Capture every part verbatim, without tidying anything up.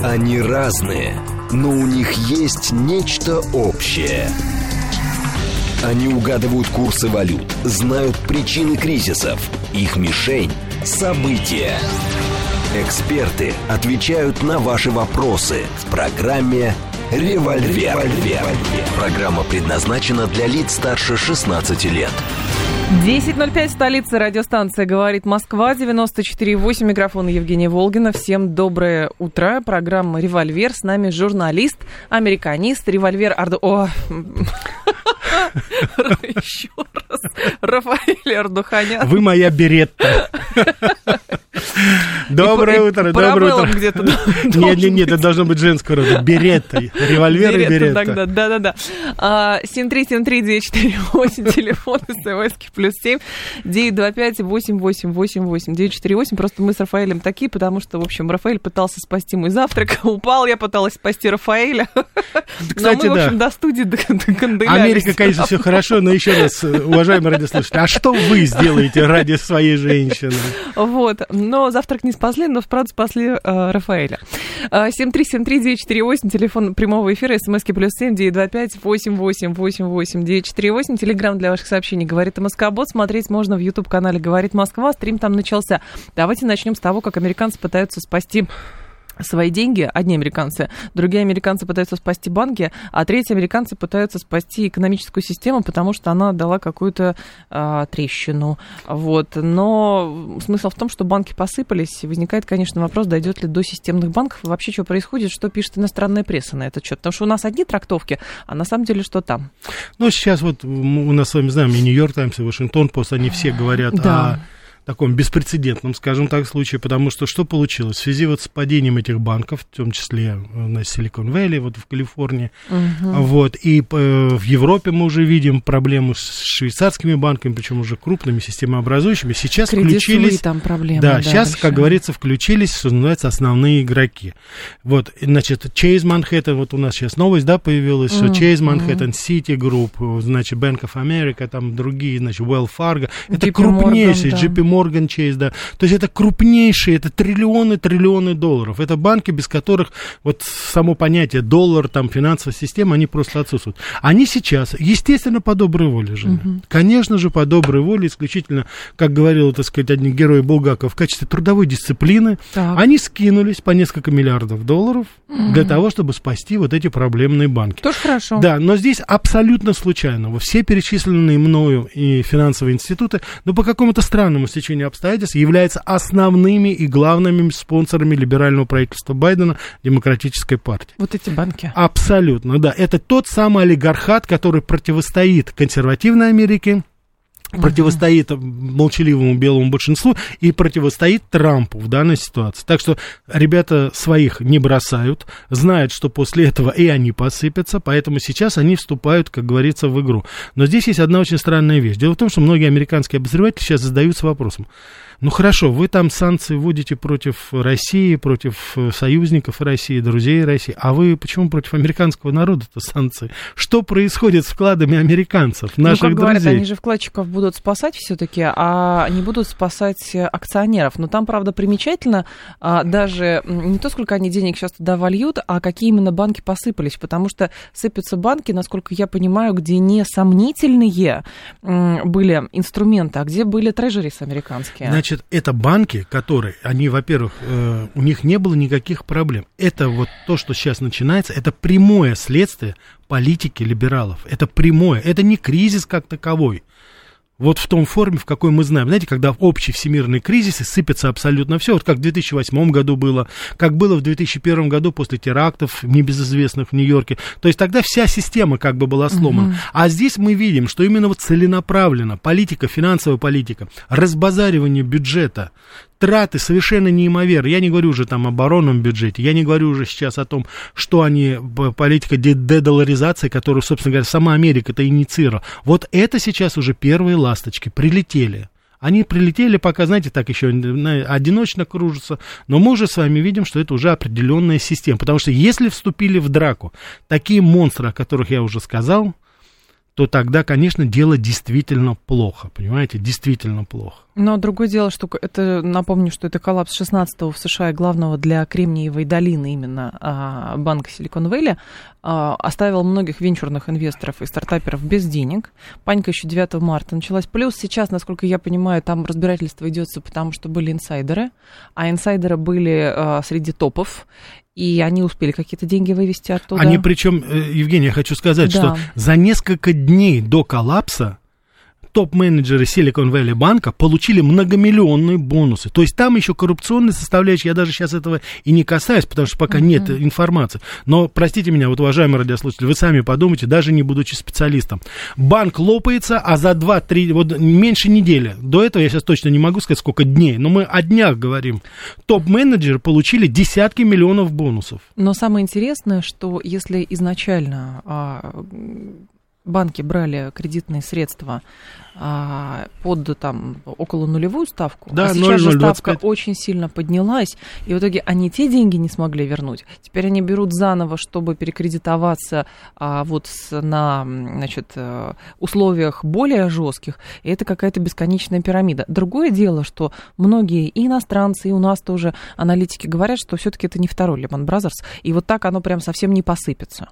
Они разные, но у них есть нечто общее. Они угадывают курсы валют, знают причины кризисов. Их мишень – события. Эксперты отвечают на ваши вопросы в программе «Револьвер». Программа предназначена для лиц старше шестнадцати лет. десять ноль пять, столица, радиостанция «Говорит Москва», девяносто четыре и восемь, микрофон Евгения Волгина. Всем доброе утро. Программа «Револьвер». С нами журналист, американист, револьвер Ардо... О, еще раз. Рафаэль Ардуханян. Вы моя Беретта. Доброе утро, доброе утро. где-то. Нет, нет, нет, это должно быть женского рода. Беретта. Револьвер и Беретта. Да-да-да. семь три семь три девять четыре восемь, телефон, смски плюс семь девять два пять восемь восемь восемь восемь девять четыре восемь. Просто мы с Рафаэлем такие, потому что, в общем, Рафаэль пытался спасти мой завтрак, упал, я пыталась спасти Рафаэля. Кстати, но мы, да. в общем, до студии доканделялись. Америка, конечно, все хорошо, но еще раз, уважаемые радиослушатели, а что вы сделаете ради своей женщины? Вот, но завтрак не спасли, но, правда, спасли э, Рафаэля. семь три семь три девять четыре восемь, телефон прямого эфира, смски плюс семь девять два пять восемь восемь восемь восемь девять четыре восемь, телеграм для ваших сообщений «Говорит МСК-бот», смотреть можно в YouTube-канале «Говорит Москва», стрим там начался. Давайте начнем с того, как американцы пытаются спасти свои деньги, одни американцы, другие американцы пытаются спасти банки, а третьи американцы пытаются спасти экономическую систему, потому что она дала какую-то а, трещину. Вот. Но смысл в том, что банки посыпались, возникает, конечно, вопрос, дойдет ли до системных банков, и вообще, что происходит, что пишет иностранная пресса на этот счет. Потому что у нас одни трактовки, а на самом деле что там? Ну, сейчас вот у нас с вами, знаем, и Нью-Йорк Таймс, и Вашингтон Пост, они все говорят да. о таком беспрецедентном, скажем так, случае, потому что что получилось? В связи вот с падением этих банков, в том числе на Silicon Valley, вот в Калифорнии, угу. вот, и э, в Европе мы уже видим проблему с швейцарскими банками, причем уже крупными, системообразующими. Сейчас Credit включились... там проблемы, да, да, сейчас, большая. Как говорится, включились, что называется, основные игроки. Вот, значит, Chase Manhattan, вот у нас сейчас новость, да, появилась, что mm-hmm. Chase Manhattan, Citigroup, значит, Bank of America, там другие, значит, Wells Fargo, это крупнейшие, да. джей пи Morgan Chase, да, то есть это крупнейшие, это триллионы, триллионы долларов, это банки, без которых вот само понятие доллар, там, финансовая система, они просто отсутствуют. Они сейчас, естественно, по доброй воле же, mm-hmm. конечно же, по доброй воле, исключительно, как говорил, так сказать, один герой Булгаков, в качестве трудовой дисциплины, так. они скинулись по несколько миллиардов долларов mm-hmm. для того, чтобы спасти вот эти проблемные банки. Тоже хорошо. Да, но здесь абсолютно случайно. Все перечисленные мною и финансовые институты, но по какому-то странному стечению обстоятельств являются основными и главными спонсорами либерального правительства Байдена, Демократической партии. Вот эти банки. Абсолютно, да. Это тот самый олигархат, который противостоит консервативной Америке, противостоит молчаливому белому большинству и противостоит Трампу в данной ситуации. Так что ребята своих не бросают, знают, что после этого и они посыпятся, поэтому сейчас они вступают, как говорится, в игру. Но здесь есть одна очень странная вещь. Дело в том, что многие американские обозреватели сейчас задаются вопросом. Ну хорошо, вы там санкции вводите против России, против союзников России, друзей России, а вы почему против американского народа-то санкции? Что происходит с вкладами американцев, наших ну, как друзей? Говорят, они же вкладчиков будут спасать все-таки, а не будут спасать акционеров. Но там, правда, примечательно даже не то, сколько они денег сейчас туда вольют, а какие именно банки посыпались, потому что сыпятся банки, насколько я понимаю, где не сомнительные были инструменты, а где были трежерис американские. Значит, это банки, которые, они, во-первых, э, у них не было никаких проблем. Это вот то, что сейчас начинается, это прямое следствие политики либералов. Это прямое, это не кризис как таковой. Вот в том форме, в какой мы знаем. Знаете, когда в общий всемирный кризис и сыпется абсолютно все. Вот как в две тысячи восьмом году было, как было в две тысячи первом году после терактов небезызвестных в Нью-Йорке. То есть тогда вся система как бы была сломана. Uh-huh. А здесь мы видим, что именно вот целенаправленно политика, финансовая политика, разбазаривание бюджета, траты совершенно неимоверны. Я не говорю уже там о оборонном бюджете, я не говорю уже сейчас о том, что они, политика дедоларизации, которую, собственно говоря, сама Америка-то инициировала. Вот это сейчас уже первые ласточки прилетели. Они прилетели пока, знаете, так еще одиночно кружатся, но мы уже с вами видим, что это уже определенная система. Потому что если вступили в драку такие монстры, о которых я уже сказал, то тогда, конечно, дело действительно плохо, понимаете, действительно плохо. Но другое дело, что это, напомню, что это коллапс шестнадцатого в США, главного для Кремниевой долины именно а, банка Силикон-Вэлли, а, оставил многих венчурных инвесторов и стартаперов без денег. Паника еще девятого марта началась. Плюс сейчас, насколько я понимаю, там разбирательство идется, потому что были инсайдеры, а инсайдеры были а, среди топов. И они успели какие-то деньги вывести оттуда. Они причем, Евгений, я хочу сказать, да. что за несколько дней до коллапса топ-менеджеры Silicon Valley банка получили многомиллионные бонусы. То есть там еще коррупционная составляющая, я даже сейчас этого и не касаюсь, потому что пока uh-huh. нет информации. Но, простите меня, вот, уважаемые радиослушатели, вы сами подумайте, даже не будучи специалистом. Банк лопается, а за два-три, вот меньше недели. До этого я сейчас точно не могу сказать, сколько дней, но мы о днях говорим. Топ-менеджеры получили десятки миллионов бонусов. Но самое интересное, что если изначально а, банки брали кредитные средства а, под там около нулевую ставку, да, а сейчас же ставка очень сильно поднялась, и в итоге они те деньги не смогли вернуть. Теперь они берут заново, чтобы перекредитоваться а, вот с, на значит, условиях более жестких, и это какая-то бесконечная пирамида. Другое дело, что многие и иностранцы, и у нас тоже аналитики говорят, что все-таки это не второй Lehman Brothers, и вот так оно прям совсем не посыпется.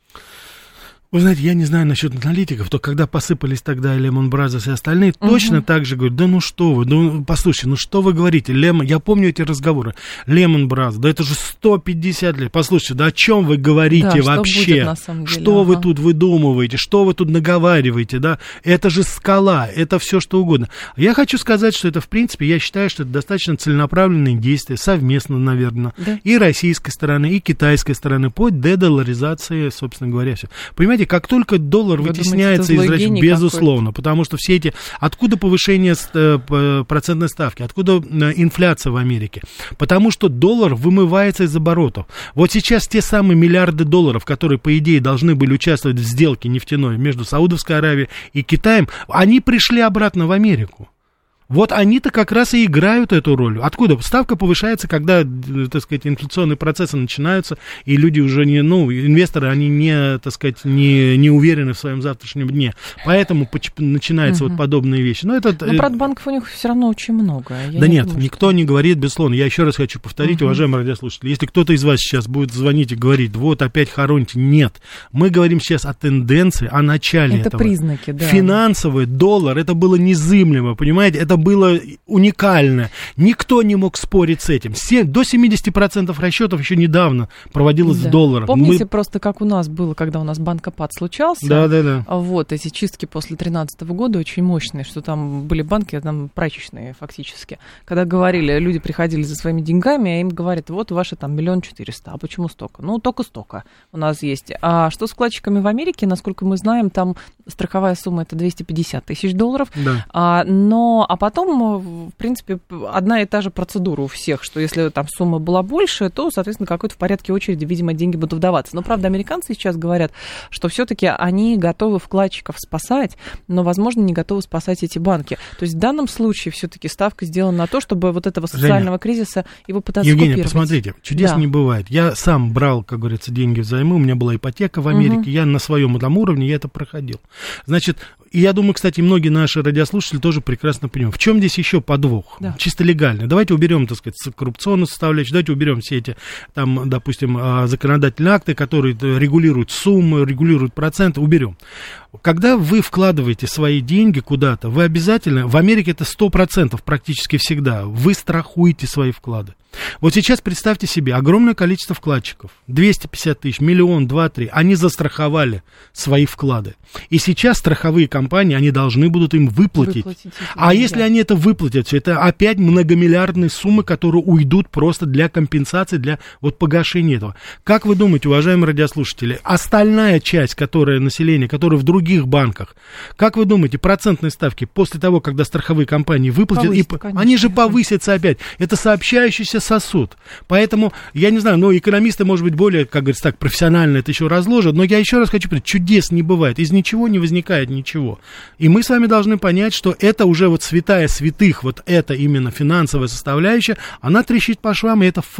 Вы знаете, я не знаю насчет аналитиков, то когда посыпались тогда и Lehman Brothers и остальные, uh-huh. точно так же говорят, да ну что вы, ну послушайте, ну что вы говорите, Lehman, я помню эти разговоры, Lehman Brothers, да это же сто пятьдесят лет, послушайте, да о чем вы говорите да, вообще, что, будет, на самом деле? Что ага. вы тут выдумываете, что вы тут наговариваете, да, это же скала, это все что угодно. Я хочу сказать, что это в принципе, я считаю, что это достаточно целенаправленные действия, совместно, наверное, да. и российской стороны, и китайской стороны по дедоларизации, собственно говоря, все. Понимаете, как только доллар Вы вытесняется из России, безусловно, потому что все эти... Откуда повышение процентной ставки? Откуда инфляция в Америке? Потому что доллар вымывается из оборотов. Вот сейчас те самые миллиарды долларов, которые, по идее, должны были участвовать в сделке нефтяной между Саудовской Аравией и Китаем, они пришли обратно в Америку. Вот они-то как раз и играют эту роль. Откуда? Ставка повышается, когда, так сказать, инфляционные процессы начинаются, и люди уже не, ну, инвесторы, они не, так сказать, не, не уверены в своем завтрашнем дне. Поэтому начинаются угу. вот подобные вещи. Но, это, Но правда, банков у них все равно очень много. Я да не нет, думаю, никто что... не говорит, безусловно. Я еще раз хочу повторить, угу. уважаемые радиослушатели, если кто-то из вас сейчас будет звонить и говорить, вот опять хороните, нет. Мы говорим сейчас о тенденции, о начале это этого. Это признаки, да. Финансовый доллар, это было незыблемо, понимаете, это было уникально. Никто не мог спорить с этим. Все, до семьдесят процентов расчетов еще недавно проводилось да. в долларах. Помните Мы... просто, как у нас было, когда у нас банкопад случался? Да, да, да. Вот, эти чистки после две тысячи тринадцатого года очень мощные, что там были банки, там прачечные фактически. Когда говорили, люди приходили за своими деньгами, а им говорят, вот ваши там миллион четыреста. А почему столько? Ну, только столько у нас есть. А что с вкладчиками в Америке? Насколько мы знаем, там страховая сумма это двести пятьдесят тысяч долларов. Да. А, но, а потом в принципе, одна и та же процедура у всех, что если там сумма была больше, то, соответственно, какой-то в порядке очереди, видимо, деньги будут вдаваться. Но, правда, американцы сейчас говорят, что все-таки они готовы вкладчиков спасать, но, возможно, не готовы спасать эти банки. То есть в данном случае все-таки ставка сделана на то, чтобы вот этого социального Женя, кризиса его пытаться Евгения, купировать. Посмотрите, чудес да. не бывает. Я сам брал, как говорится, деньги взаймы, у меня была ипотека в Америке, угу. я на своем этом уровне, я это проходил. Значит, и я думаю, кстати, многие наши радиослушатели тоже прекрасно понимают, в чем здесь еще подвох, да. чисто легально. Давайте уберем, так сказать, коррупционную составляющую, давайте уберем все эти, там, допустим, законодательные акты, которые регулируют суммы, регулируют проценты, уберем. Когда вы вкладываете свои деньги куда-то, вы обязательно, в Америке это сто процентов практически всегда, вы страхуете свои вклады. Вот сейчас представьте себе огромное количество вкладчиков, двести пятьдесят тысяч, миллион, два, три, они застраховали свои вклады. И сейчас страховые компании, они должны будут им выплатить. выплатить а деньги. Если они это выплатят, все это опять многомиллиардные суммы, которые уйдут просто для компенсации, для вот погашения этого. Как вы думаете, уважаемые радиослушатели, остальная часть, которая население, которая в других банках, как вы думаете, процентные ставки после того, когда страховые компании выплатят, Повысит, и, они же повысятся опять. Это сообщающийся сосуд. Поэтому, я не знаю, ну, экономисты, может быть, более, как говорится, так, профессионально это еще разложат, но я еще раз хочу сказать, чудес не бывает, из ничего не возникает ничего. И мы с вами должны понять, что это уже вот святая святых, вот это именно финансовая составляющая, она трещит по швам, и это факт.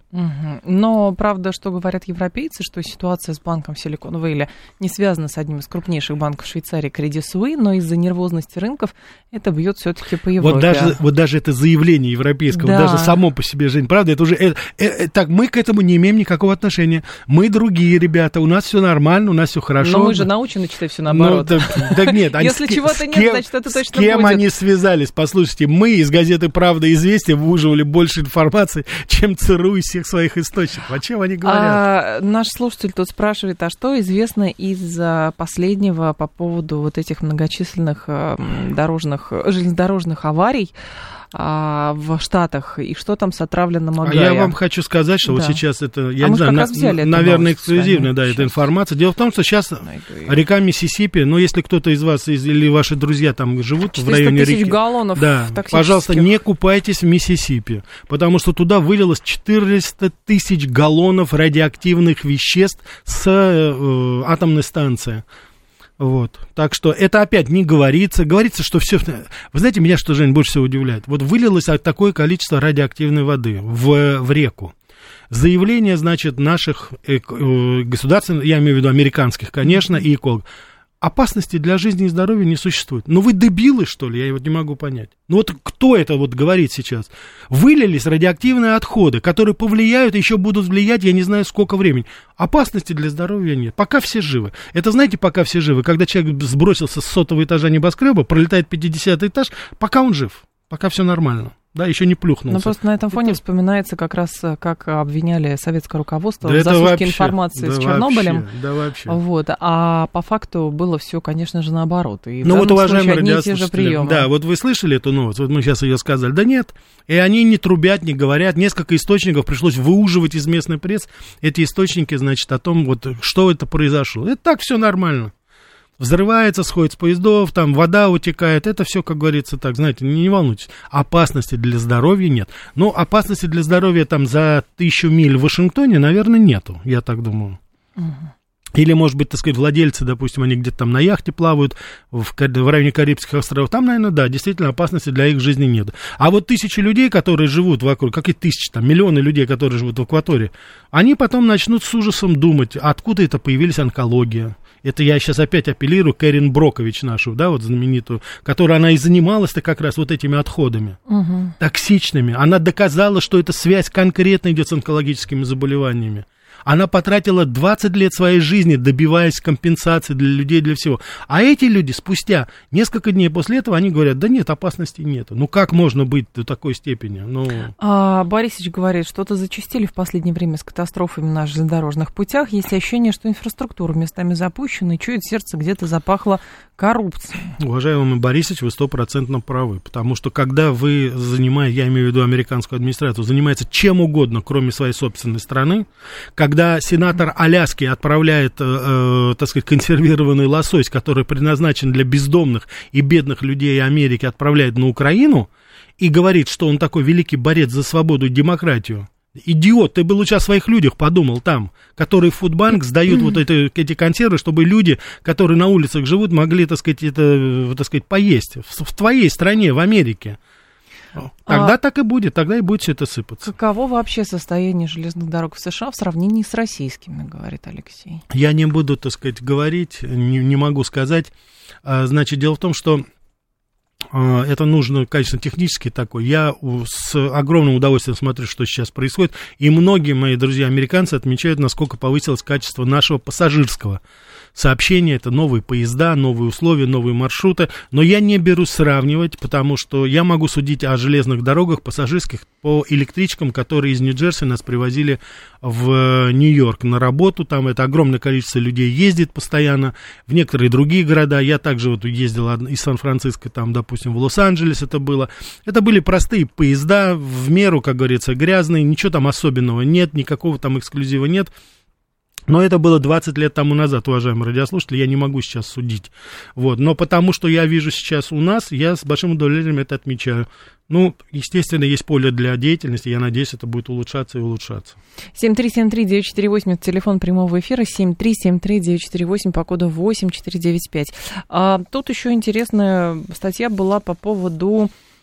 Угу. Но, правда, что говорят европейцы, что ситуация с банком Silicon Valley не связана с одним из крупнейших банков Швейцарии, Credit Suisse, но из-за нервозности рынков это бьет все-таки по Европе. Вот даже, вот даже это заявление европейского, да. даже само по себе, Жень, правда, это уже... Э, э, так, мы к этому не имеем никакого отношения. Мы другие ребята, у нас все нормально, у нас все хорошо. Но мы же научены читать все наоборот. Ну, так, так нет. Если чего-то нет, значит, это точно будет. С кем они связались? Послушайте, мы из газеты «Правда и известия» выуживали больше информации, чем ЦРУ из всех своих источников. О чем они говорят? А, наш слушатель тут спрашивает, а что известно из последнего по поводу вот этих многочисленных дорожных, железнодорожных аварий а, в Штатах, и что там с отравленным агаем? А я вам хочу сказать, что да. вот сейчас это, я а не знаю, на, наверное, эксклюзивная, да, сейчас. эта информация. Дело в том, что сейчас река Миссисипи, ну, если кто-то из вас из, или ваши друзья там живут в районе реки, галлонов да, пожалуйста, не купайтесь в Миссисипи, потому что туда вылилось четыреста тысяч галлонов радиоактивных веществ с э, атомной станции. Вот. Так что это опять не говорится. Говорится, что все... Вы знаете, меня что, Жень, больше всего удивляет? Вот вылилось такое количество радиоактивной воды в, в реку. Заявление, значит, наших э, э, государств, я имею в виду американских, конечно, и экологов. Опасности для жизни и здоровья не существует. Ну вы дебилы, что ли? Я вот не могу понять. Ну вот кто это вот говорит сейчас? Вылились радиоактивные отходы, которые повлияют и еще будут влиять, я не знаю, сколько времени. Опасности для здоровья нет. Пока все живы. Это знаете, пока все живы? Когда человек сбросился с сотого этажа небоскреба, пролетает пятидесятый этаж, пока он жив. Пока все нормально. Да, еще не плюхнулся. Но просто на этом фоне это... вспоминается как раз, как обвиняли советское руководство да в засушке вообще, информации да с Чернобылем. Вообще, да вообще. Вот, а по факту было все, конечно же, наоборот. И ну в вот, уважаемые одни и те же приемы. Да, вот вы слышали эту новость? Вот мы сейчас ее сказали. Да нет, и они не трубят, не говорят. Несколько источников пришлось выуживать из местной прессы. Эти источники, значит, о том, вот, что это произошло. Это так все нормально. Взрывается, сходит с поездов, там вода утекает, это все, как говорится, так, знаете, не, не волнуйтесь, опасности для здоровья нет. Но опасности для здоровья там за тысячу миль в Вашингтоне, наверное, нету, я так думаю. Угу. Или, может быть, так сказать, владельцы, допустим, они где-то там на яхте плавают в, в районе Карибских островов, там, наверное, да, действительно опасности для их жизни нет. А вот тысячи людей, которые живут вокруг, какие тысячи, там, миллионы людей, которые живут в акватории, они потом начнут с ужасом думать, откуда это появилась онкология. Это я сейчас опять апеллирую к Эрин Брокович нашу, да, вот знаменитую, которая она и занималась-то как раз вот этими отходами, угу. токсичными. Она доказала, что эта связь конкретно идет с онкологическими заболеваниями. Она потратила двадцать лет своей жизни, добиваясь компенсации для людей, для всего. А эти люди спустя несколько дней после этого, они говорят, да нет, опасности нету. Ну как можно быть до такой степени? Ну... А, Борисович говорит, что-то зачастили в последнее время с катастрофами на железнодорожных путях. Есть ощущение, что инфраструктура местами запущена, и чует сердце, где-то запахло коррупцией. Уважаемый Борисович, вы стопроцентно правы. Потому что когда вы занимаете, я имею в виду американскую администрацию, занимается чем угодно, кроме своей собственной страны, когда сенатор Аляски отправляет, э, э, так сказать, консервированный лосось, который предназначен для бездомных и бедных людей Америки, отправляет на Украину и говорит, что он такой великий борец за свободу и демократию. Идиот, ты бы лучше о своих людях подумал там, которые в фудбанк сдают вот это, эти консервы, чтобы люди, которые на улицах живут, могли, так сказать, это, так сказать, поесть в, в твоей стране, в Америке. Тогда а так и будет, тогда и будет все это сыпаться. Каково вообще состояние железных дорог в США в сравнении с российскими, говорит Алексей? Я не буду, так сказать, говорить, не, не могу сказать. Значит, дело в том, что это нужно, конечно, технически такой. Я с огромным удовольствием смотрю, что сейчас происходит. И многие мои друзья-американцы отмечают, насколько повысилось качество нашего пассажирского сообщения. Это новые поезда, новые условия, новые маршруты. Но я не берусь сравнивать, потому что я могу судить о железных дорогах пассажирских по электричкам, которые из Нью-Джерси нас привозили в Нью-Йорк на работу. Там это огромное количество людей ездит постоянно. В некоторые другие города. Я также вот ездил из Сан-Франциско, там, допустим, в Лос-Анджелес это было. Это были простые поезда, в меру, как говорится, грязные. Ничего там особенного нет, никакого там эксклюзива нет. Но это было двадцать лет тому назад, уважаемые радиослушатели, я не могу сейчас судить. Вот. Но потому что я вижу сейчас у нас, я с большим удовлетворением это отмечаю. Ну, естественно, есть поле для деятельности, я надеюсь, это будет улучшаться и улучшаться. семь три семь три девять четыре восемь, это телефон прямого эфира, семь три семь три девять четыре восемь по коду восемь четыре девять пять. А, тут еще интересная статья была по поводу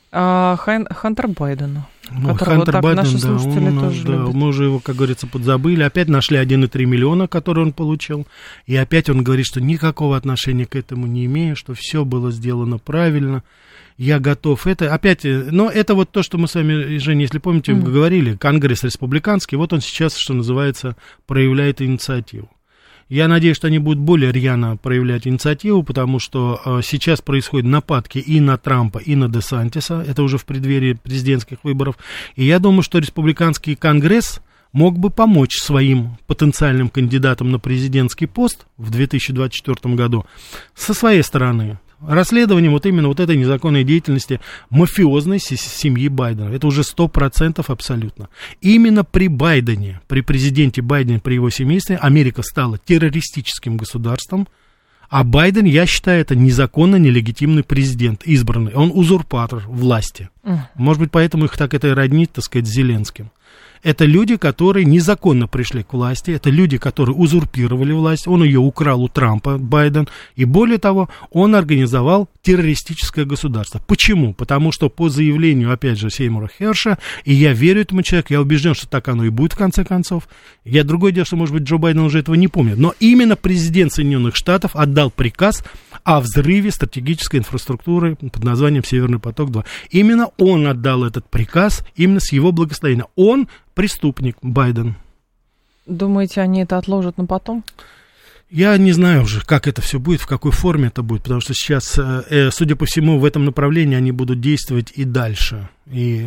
А, Хан, Хантер Байден. Ну, Хантер Байден, наши да, он, тоже да, мы уже его, как говорится, подзабыли. Опять нашли один и три миллиона, которые он получил. И опять он говорит, что никакого отношения к этому не имею, что все было сделано правильно. Я готов. Это опять, но это вот то, что мы с вами, Женя, если помните, mm-hmm. говорили, Конгресс республиканский, вот он сейчас, что называется, проявляет инициативу. Я надеюсь, что они будут более рьяно проявлять инициативу, потому что э, сейчас происходят нападки и на Трампа, и на Десантиса. Это уже в преддверии президентских выборов. И я думаю, что республиканский Конгресс мог бы помочь своим потенциальным кандидатам на президентский пост в две тысячи двадцать четвёртом году со своей стороны. Расследованием вот именно вот этой незаконной деятельности мафиозной семьи Байдена. Это уже сто процентов абсолютно. Именно при Байдене, при президенте Байдене, при его семействе Америка стала террористическим государством, а Байден, я считаю, это незаконно нелегитимный президент, избранный. Он узурпатор власти. Может быть, поэтому их так это и роднит, так сказать, с Зеленским. Это люди, которые незаконно пришли к власти, это люди, которые узурпировали власть, он ее украл у Трампа, Байден, и более того, он организовал террористическое государство. Почему? Потому что по заявлению, опять же, Сеймура Херша, и я верю этому человеку, я убежден, что так оно и будет в конце концов. Я другое дело, что, может быть, Джо Байден уже этого не помнит, но именно президент Соединенных Штатов отдал приказ о взрыве стратегической инфраструктуры под названием Северный поток-два. Именно он отдал этот приказ, именно с его благословения. Он преступник, Байден. Думаете, они это отложат на потом? Я не знаю уже, как это все будет, в какой форме это будет, потому что сейчас, э, судя по всему, в этом направлении они будут действовать и дальше. И,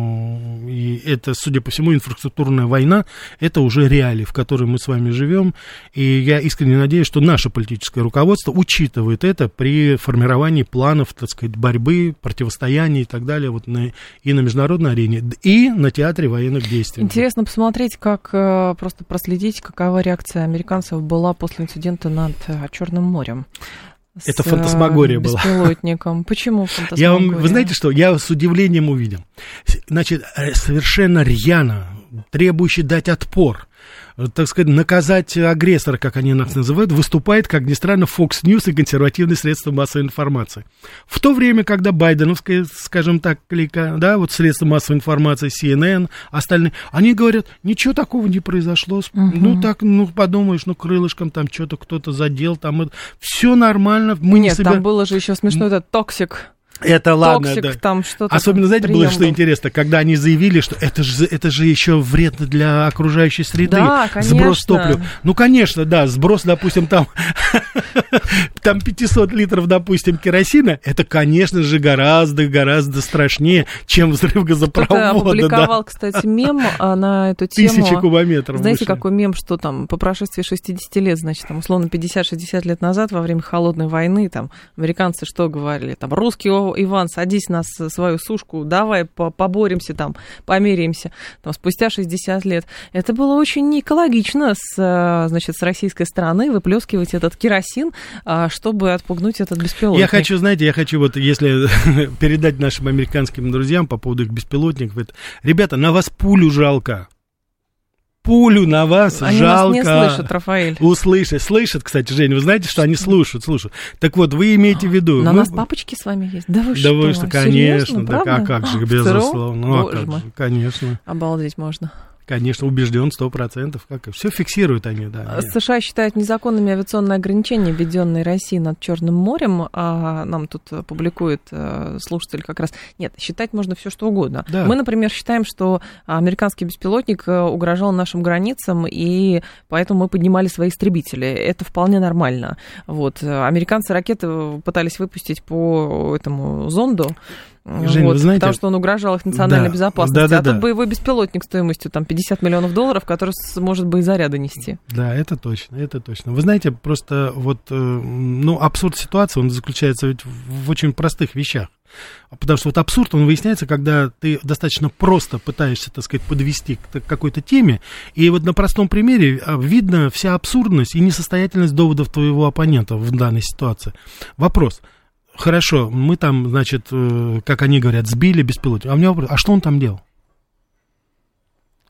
и это, судя по всему, инфраструктурная война, это уже реалии, в которой мы с вами живем. И я искренне надеюсь, что наше политическое руководство учитывает это при формировании планов, так сказать, борьбы, противостояния и так далее вот на, и на международной арене, и на театре военных действий. Интересно посмотреть, как просто проследить, какова реакция американцев была после инцидента над Черным морем. Это фантасмагория была. Беспилотником. Почему фантасмагория? Я вам, вы знаете что, я с удивлением увидел. Значит, совершенно рьяно, требующий дать отпор, так сказать, наказать агрессора, как они нас называют, выступает, как ни странно, Fox News и консервативные средства массовой информации. В то время, когда байденовская, скажем так, клика, да, вот средства массовой информации, си эн эн, остальные, они говорят, ничего такого не произошло, uh-huh. ну так, ну подумаешь, ну крылышком там что-то кто-то задел, там все нормально. Мы Нет, не себя... там было же еще смешно, это токсик. Это ладно, Токсик, да. Там что-то особенно, знаете, было, что интересно, когда они заявили, что это же, это же еще вредно для окружающей среды. Да, конечно. Сброс топлива. Ну, конечно, да, сброс, допустим, там, там пятьсот литров, допустим, керосина, это, конечно же, гораздо-гораздо страшнее, чем взрыв газопровода. Кто-то опубликовал, да. кстати, мем на эту тему. Тысячи кубометров. Знаете, вышли. Какой мем, что там по прошествии шестидесяти лет, значит, там, условно, пятьдесят-шестьдесят лет назад, во время холодной войны, там, американцы что говорили? Там, русские Иван, садись на свою сушку, давай поборемся там, померяемся. Там, спустя шестьдесят лет. Это было очень неэкологично с, значит, с российской стороны выплескивать этот керосин, чтобы отпугнуть этот беспилотник. Я хочу, знаете, я хочу вот, если передать нашим американским друзьям по поводу их беспилотников, это, ребята, на вас пулю жалко. Пулю на вас они жалко. Они вас не слышат, Рафаэль. Услышат. Слышат, кстати, Женя, вы знаете, что они слушают, слушают. Так вот, вы имеете в виду... Но мы... у нас папочки с вами есть. Да вы да что? вы что, конечно. Да, а как же, безусловно. Ну, а как же, конечно. Обалдеть можно. Конечно, убежден, сто процентов. Как все фиксируют они, да. США считают незаконными авиационные ограничения, введенные Россией над Черным морем. А нам тут публикует слушатель как раз. Нет, считать можно все что угодно. Да. Мы, например, считаем, что американский беспилотник угрожал нашим границам, и поэтому мы поднимали свои истребители. Это вполне нормально. Вот. Американцы ракеты пытались выпустить по этому зонду. Жень, вот, вы знаете, потому что он угрожал их национальной да, безопасности. Да, да, а да. тут боевой беспилотник стоимостью там, пятьдесят миллионов долларов, который может боезаряды нести. Да, это точно, это точно. Вы знаете, просто вот, ну, абсурд ситуации, он заключается ведь в очень простых вещах. Потому что вот абсурд, он выясняется, когда ты достаточно просто пытаешься, так сказать, подвести к какой-то теме, и вот на простом примере видно вся абсурдность и несостоятельность доводов твоего оппонента в данной ситуации. Вопрос. Хорошо, мы там, значит, как они говорят, сбили беспилотник. А у меня вопрос, а что он там делал?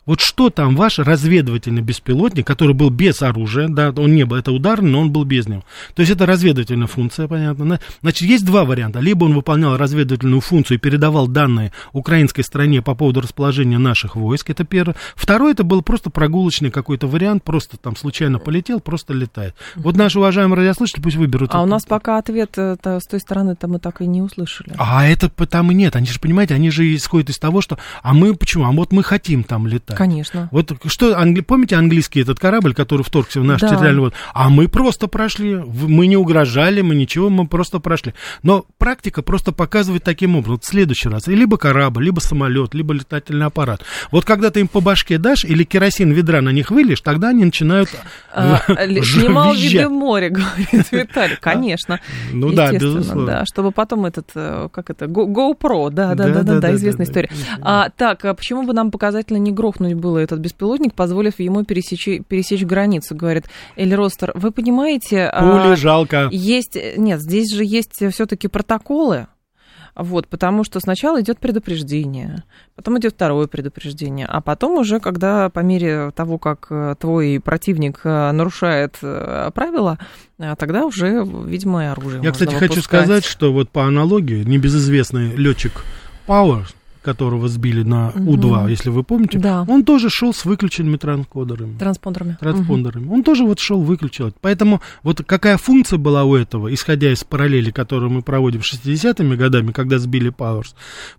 Вот что там ваш разведывательный беспилотник, который был без оружия, да, он не был, это ударный, но он был без него. То есть это разведывательная функция, понятно, да? Значит, есть два варианта. Либо он выполнял разведывательную функцию и передавал данные украинской стороне по поводу расположения наших войск, это первое. Второе, это был просто прогулочный какой-то вариант, просто там случайно полетел, просто летает. Вот наши уважаемые радиослушатели пусть выберут. А у нас пока ответ с той стороны-то мы так и не услышали. А это там и нет. Они же, понимаете, они же исходят из того, что... А мы почему? А вот мы хотим там летать. Конечно. Вот что, англи... помните английский этот корабль, который вторгся в наш да. территориальный вод? А мы просто прошли, мы не угрожали, мы ничего, мы просто прошли. Но практика просто показывает таким образом. Вот в следующий раз, либо корабль, либо самолет, либо летательный аппарат. Вот когда ты им по башке дашь или керосин ведра на них выльешь, тогда они начинают снимал виды моря, говорит Виталий, конечно. Ну да, безусловно. Да, чтобы потом этот, как это, GoPro, да, да, да, да, да, известная история. Так, почему бы нам показательно не грохнуть было этот беспилотник, позволив ему пересечь, пересечь границу, говорит Эль Ростер. Вы понимаете... Пули а, жалко. Есть, нет, здесь же есть все-таки протоколы, вот, потому что сначала идет предупреждение, потом идет второе предупреждение, а потом уже, когда по мере того, как твой противник нарушает правила, тогда уже, видимо, и оружие Я, можно кстати, выпускать. хочу сказать, что вот по аналогии небезызвестный летчик Пауэр, которого сбили на У два, угу. если вы помните, да. он тоже шел с выключенными транспондерами. Транспондерами. Транспондерами. Угу. Он тоже вот шел, выключил. Поэтому вот какая функция была у этого, исходя из параллели, которую мы проводим шестидесятыми годами, когда сбили Пауэрс,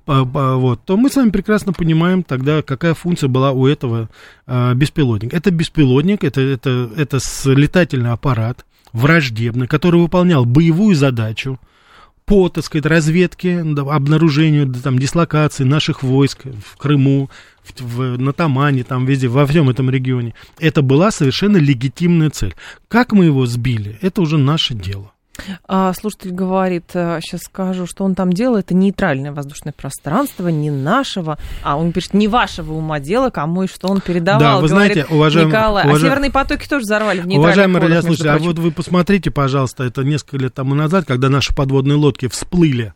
вот, то мы с вами прекрасно понимаем тогда, какая функция была у этого а, беспилотника. Это беспилотник, это, это, это летательный аппарат враждебный, который выполнял боевую задачу по, так сказать, разведке, обнаружению там, дислокации наших войск в Крыму, в, в, на Тамане, там везде, во всем этом регионе. Это была совершенно легитимная цель. Как мы его сбили, это уже наше дело. А, слушатель говорит, сейчас скажу, что он там делал, это нейтральное воздушное пространство, не нашего, а он пишет, не вашего ума дело, кому и что он передавал. Да, вы говорит, знаете, уважаемый, Николай. уважаем... А северные потоки тоже взорвали в нейтральных Уважаемые водах, радиослушатели, а вот вы посмотрите, пожалуйста, это несколько лет тому назад, когда наши подводные лодки всплыли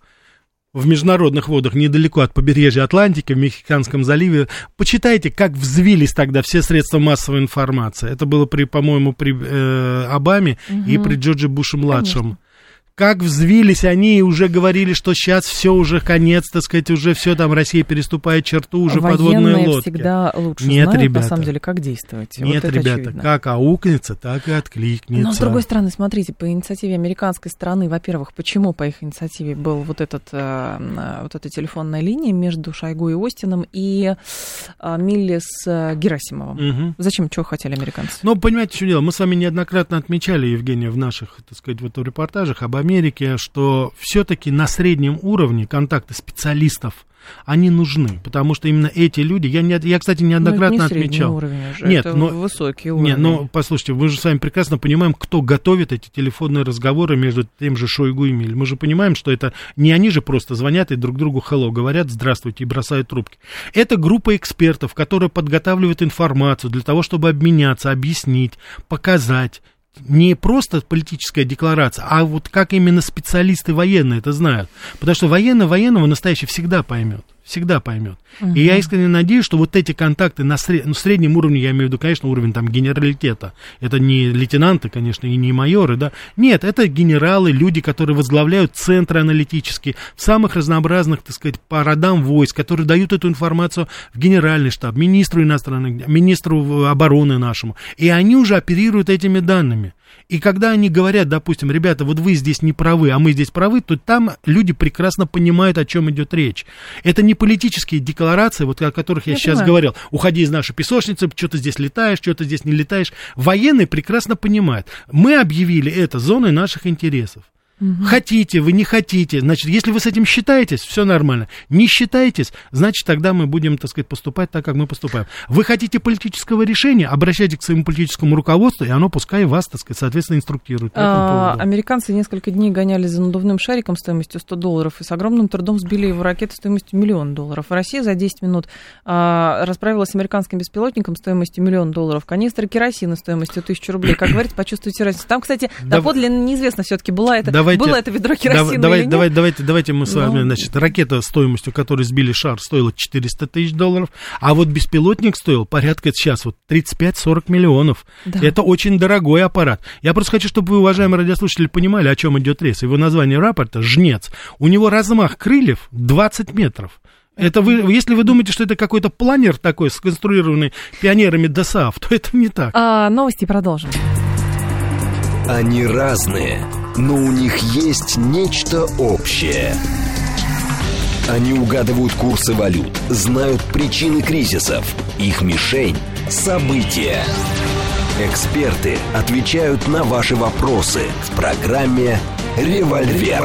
в международных водах недалеко от побережья Атлантики, в Мексиканском заливе. Почитайте, как взвились тогда все средства массовой информации. Это было, при, по-моему, при э, Обаме угу. и при Джордже Буше-младшем. Как взвились они и уже говорили, что сейчас все уже конец, так сказать, уже все там Россия переступает черту, уже военные подводные лодки. Всегда лучше Нет, знают, ребята, на самом деле, как действовать. Нет, вот ребята, очевидно. Как аукнется, так и откликнется. Но, с другой стороны, смотрите, по инициативе американской стороны, во-первых, почему по их инициативе был вот, этот, вот эта телефонная линия между Шойгу и Остином и Милли с Герасимовым? Угу. Зачем, чего хотели американцы? Ну, понимаете, что дело, мы с вами неоднократно отмечали, Евгения, в наших, так сказать, вот репортажах об Америке, что все-таки на среднем уровне контакты специалистов, они нужны, потому что именно эти люди, я, не, я кстати, неоднократно не отмечал. Уровень уже, нет, это но, высокий уровень. Нет, но, послушайте, мы же с вами прекрасно понимаем, кто готовит эти телефонные разговоры между тем же Шойгу и Миль. Мы же понимаем, что это не они же просто звонят и друг другу hello говорят, здравствуйте, и бросают трубки. Это группа экспертов, которая подготавливает информацию для того, чтобы обменяться, объяснить, показать. Не просто политическая декларация, а вот как именно специалисты военные это знают. Потому что военный военного настоящий всегда поймет. Всегда поймет. Uh-huh. И я искренне надеюсь, что вот эти контакты на сред... ну, среднем уровне, я имею в виду, конечно, уровень там генералитета. Это не лейтенанты, конечно, и не майоры, да. Нет, это генералы, люди, которые возглавляют центры аналитические в самых разнообразных, так сказать, по родам войск, которые дают эту информацию в генеральный штаб, министру иностранных дел, министру обороны нашему. И они уже оперируют этими данными. И когда они говорят, допустим, ребята, вот вы здесь не правы, а мы здесь правы, то там люди прекрасно понимают, о чем идет речь. Это не политические декларации, вот о которых я, я сейчас понимаю. говорил. Уходи из нашей песочницы, что ты здесь летаешь, что ты здесь не летаешь. Военные прекрасно понимают. Мы объявили это зоной наших интересов. Угу. Хотите, вы не хотите, значит, если вы с этим считаетесь, все нормально. Не считаетесь, значит, тогда мы будем, так сказать, поступать так, как мы поступаем. Вы хотите политического решения, обращайтесь к своему политическому руководству, и оно пускай вас, так сказать, соответственно, инструктирует. А, американцы несколько дней гонялись за надувным шариком стоимостью сто долларов и с огромным трудом сбили его ракеты стоимостью миллион долларов. Россия за десять минут а, расправилась с американским беспилотником стоимостью миллион долларов. Канистра керосина стоимостью тысячу рублей. Как говорится, почувствуйте разницу. Там, кстати, доподлинно неизвестно все-таки была это давайте, было это ведро керосина давай, или нет? Давай, давайте, давайте мы с вами, ну... значит, ракета, стоимостью которой сбили шар, стоила четыреста тысяч долларов, а вот беспилотник стоил порядка сейчас вот тридцать пять сорок миллионов. Да. Это очень дорогой аппарат. Я просто хочу, чтобы вы, уважаемые радиослушатели, понимали, о чем идет речь. Его название рапорта — «Жнец». У него размах крыльев двадцать метров. Это вы, если вы думаете, что это какой-то планер такой, сконструированный пионерами ДОСААФ, то это не так. А, новости продолжим. Они разные, но у них есть нечто общее. Они угадывают курсы валют, знают причины кризисов, их мишень – события. Эксперты отвечают на ваши вопросы в программе «Револьвер».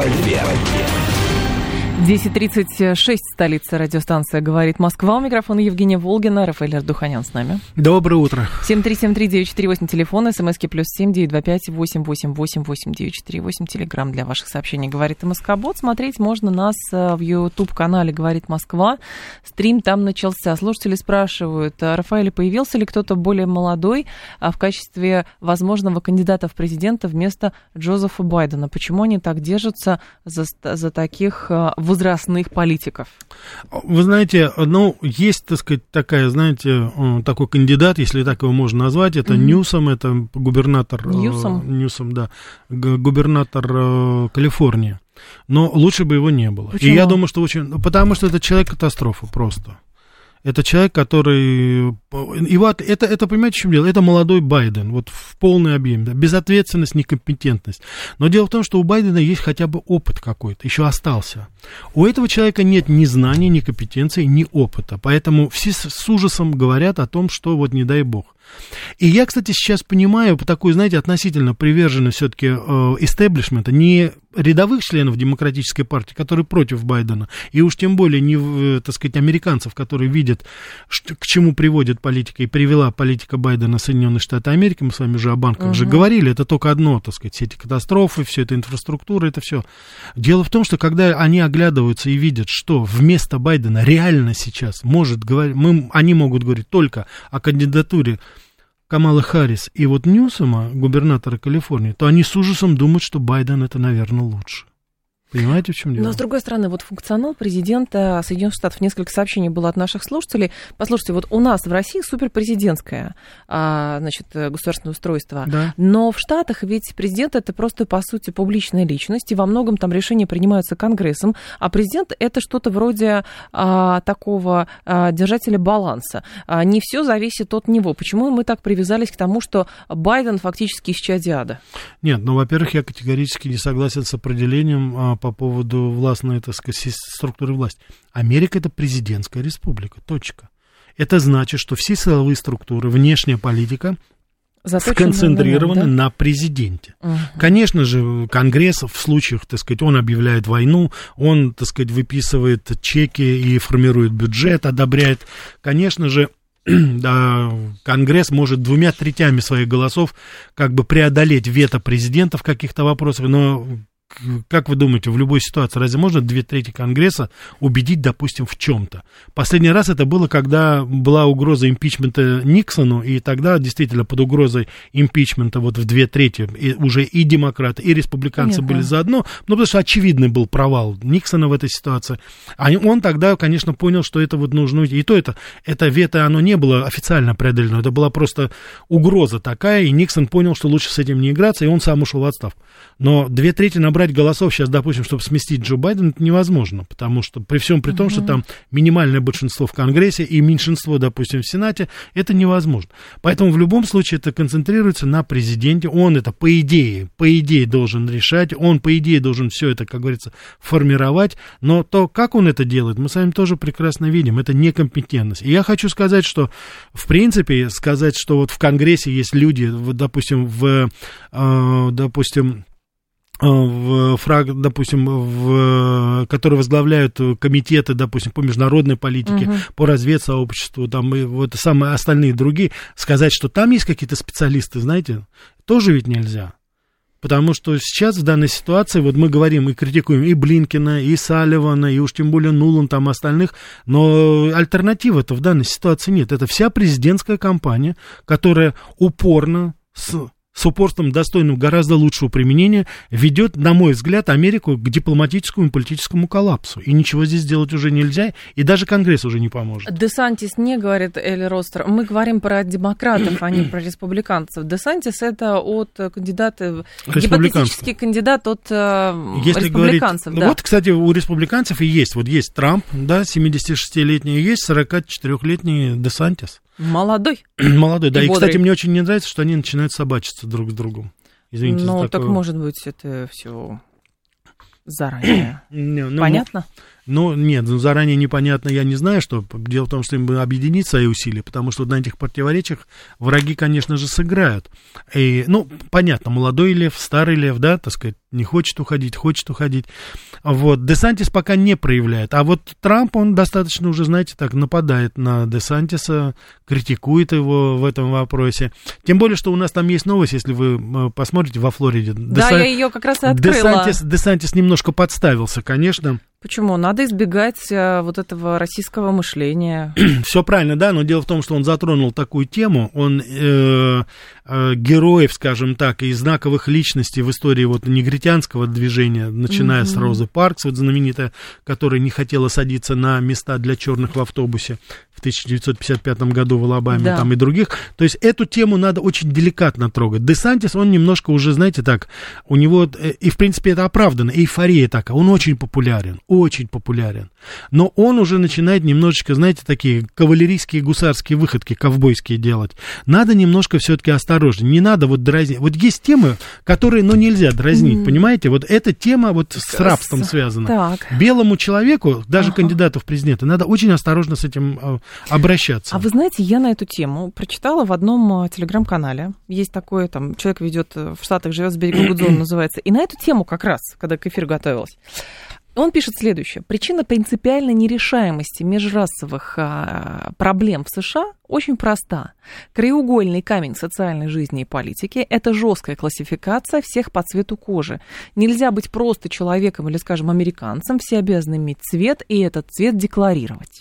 десять тридцать шесть, столица, радиостанция «Говорит Москва». У микрофона Евгения Волгина, Рафаэль Ардуханян с нами. Доброе утро. семь три семь три девять четыре восемь, телефон, смски плюс семь девять два пять восемь восемь восемь восемь девять четыре восемь, телеграмм для ваших сообщений «Говорит МСК-бот». Смотреть можно нас в YouTube-канале «Говорит Москва». Стрим там начался. Слушатели спрашивают, Рафаэль, появился ли кто-то более молодой в качестве возможного кандидата в президенты вместо Джозефа Байдена? Почему они так держатся за, за таких возрастных политиков? Вы знаете, ну, есть, так сказать, такая, знаете, такой кандидат, если так его можно назвать, это mm-hmm. Ньюсом, это губернатор... Ньюсом? Ньюсом, да, губернатор Калифорнии. Но лучше бы его не было. Почему? И я думаю, что очень... Потому что это человек-катастрофа просто. Это человек, который... Его, это, это, понимаете, в чем дело? Это молодой Байден, вот в полный объем, да? Безответственность, некомпетентность. Но дело в том, что у Байдена есть хотя бы опыт какой-то, еще остался. У этого человека нет ни знаний, ни компетенции, ни опыта. Поэтому все с, с ужасом говорят о том, что вот не дай бог. И я, кстати, сейчас понимаю, по такой, знаете, относительно приверженной все-таки истеблишмента, не рядовых членов Демократической партии, которые против Байдена, и уж тем более не, так сказать, американцев, которые видят, что, к чему приводит политика, и привела политика Байдена Соединенные Штаты Америки, мы с вами уже о банках uh-huh. же говорили, это только одно, так сказать, все эти катастрофы, все это инфраструктура, это все. Дело в том, что когда они оглядываются и видят, что вместо Байдена реально сейчас может говорить, мы, они могут говорить только о кандидатуре Камалы Харрис и вот Ньюсома, губернатора Калифорнии, то они с ужасом думают, что Байден это, наверное, лучше. Понимаете, в чем дело? Но, с другой стороны, вот функционал президента Соединенных Штатов, несколько сообщений было от наших слушателей. Послушайте, вот у нас в России суперпрезидентское, а, значит, государственное устройство, да. Но в Штатах ведь президент — это просто, по сути, публичная личность, и во многом там решения принимаются Конгрессом, а президент — это что-то вроде а, такого а, держателя баланса. А, не все зависит от него. Почему мы так привязались к тому, что Байден фактически исчадие ада? Нет, ну, во-первых, я категорически не согласен с определением а, по поводу властной, так сказать, структуры власти. Америка — это президентская республика, точка. Это значит, что все силовые структуры, внешняя политика заточены, сконцентрированы да? на президенте. Угу. Конечно же, Конгресс в случаях, так сказать, он объявляет войну, он, так сказать, выписывает чеки и формирует бюджет, одобряет. Конечно же, да, Конгресс может двумя третями своих голосов как бы преодолеть вето президента в каких-то вопросах, но... Как вы думаете, в любой ситуации разве можно две трети Конгресса убедить, допустим, в чем-то? Последний раз это было, когда была угроза импичмента Никсону, и тогда действительно под угрозой импичмента вот в две трети и уже и демократы, и республиканцы Понятно. Были заодно, ну, потому что очевидный был провал Никсона в этой ситуации. А он тогда, конечно, понял, что это вот нужно уйти. И то это, это вето, оно не было официально преодолено, это была просто угроза такая, и Никсон понял, что лучше с этим не играться, и он сам ушел в отставку. Но две трети набрать голосов сейчас, допустим, чтобы сместить Джо Байдена, это невозможно, потому что при всем при том, uh-huh. что там минимальное большинство в Конгрессе и меньшинство, допустим, в Сенате, это невозможно. Поэтому в любом случае это концентрируется на президенте, он это по идее, по идее должен решать, он по идее должен все это, как говорится, формировать, но то, как он это делает, мы с вами тоже прекрасно видим, это некомпетентность. И я хочу сказать, что, в принципе, сказать, что вот в Конгрессе есть люди, вот, допустим, в, э, допустим, в фраг, допустим, в, которые возглавляют комитеты, допустим, по международной политике, uh-huh. по разведсообществу, там, и вот самые остальные другие, сказать, что там есть какие-то специалисты, знаете, тоже ведь нельзя. Потому что сейчас в данной ситуации, вот мы говорим и критикуем и Блинкена, и Салливана, и уж тем более Нулан, там остальных, но альтернативы-то в данной ситуации нет. Это вся президентская кампания, которая упорно с с упорством, достойным гораздо лучшего применения, ведет, на мой взгляд, Америку к дипломатическому и политическому коллапсу. И ничего здесь сделать уже нельзя, и даже Конгресс уже не поможет. Десантис не, говорит Элли Ростер. Мы говорим про демократов, а не про республиканцев. Десантис — это от кандидата, гипотетический кандидат от Если республиканцев. Говорить, да. Вот, кстати, у республиканцев и есть. Вот есть Трамп, да, семидесятишестилетний, и есть сорокачетырёхлетний Десантис. Молодой. Молодой, да. И, и кстати, мне очень не нравится, что они начинают собачиться друг с другом. Извините ну, за так такое. может быть, это все заранее. Не, ну, Понятно? Ну, нет, ну, заранее непонятно, я не знаю, что. Дело в том, что им бы объединить свои усилия, потому что на этих противоречиях враги, конечно же, сыграют. И, ну, понятно, молодой лев, старый лев, да, так сказать, не хочет уходить, хочет уходить. Вот, Десантис пока не проявляет. А вот Трамп, он достаточно уже, знаете, так, нападает на Десантиса, критикует его в этом вопросе. Тем более, что у нас там есть новость, если вы посмотрите, во Флориде. Да, Десан... я ее как раз и открыла. Десантис, Десантис немножко подставился, конечно. Почему? Надо избегать а, вот этого российского мышления. Все правильно, да, но дело в том, что он затронул такую тему, он э, э, героев, скажем так, и знаковых личностей в истории вот негритянского движения, начиная mm-hmm. с Розы Паркс, вот знаменитая, которая не хотела садиться на места для черных в автобусе в тысяча девятьсот пятьдесят пятом году в Алабаме, да. там и других. То есть эту тему надо очень деликатно трогать. Десантис, он немножко уже, знаете, так, у него, и в принципе это оправдано, эйфория такая, он очень популярен, очень популярен. Но он уже начинает немножечко, знаете, такие кавалерийские гусарские выходки, ковбойские делать. Надо немножко все-таки осторожнее. Не надо вот дразнить. Вот есть темы, которые, ну, нельзя дразнить, mm. понимаете? Вот эта тема вот с рабством связана. Так. Белому человеку, даже ага. кандидату в президенты, надо очень осторожно с этим э, обращаться. А вы знаете, я на эту тему прочитала в одном э, телеграм-канале. Есть такой, там, человек ведет в Штатах, живет с берега Гудзона, называется. И на эту тему как раз, когда к эфиру готовилась, он пишет следующее. Причина принципиальной нерешаемости межрасовых а, проблем в США очень проста. Краеугольный камень социальной жизни и политики – это жесткая классификация всех по цвету кожи. Нельзя быть просто человеком или, скажем, американцем. Все обязаны иметь цвет и этот цвет декларировать.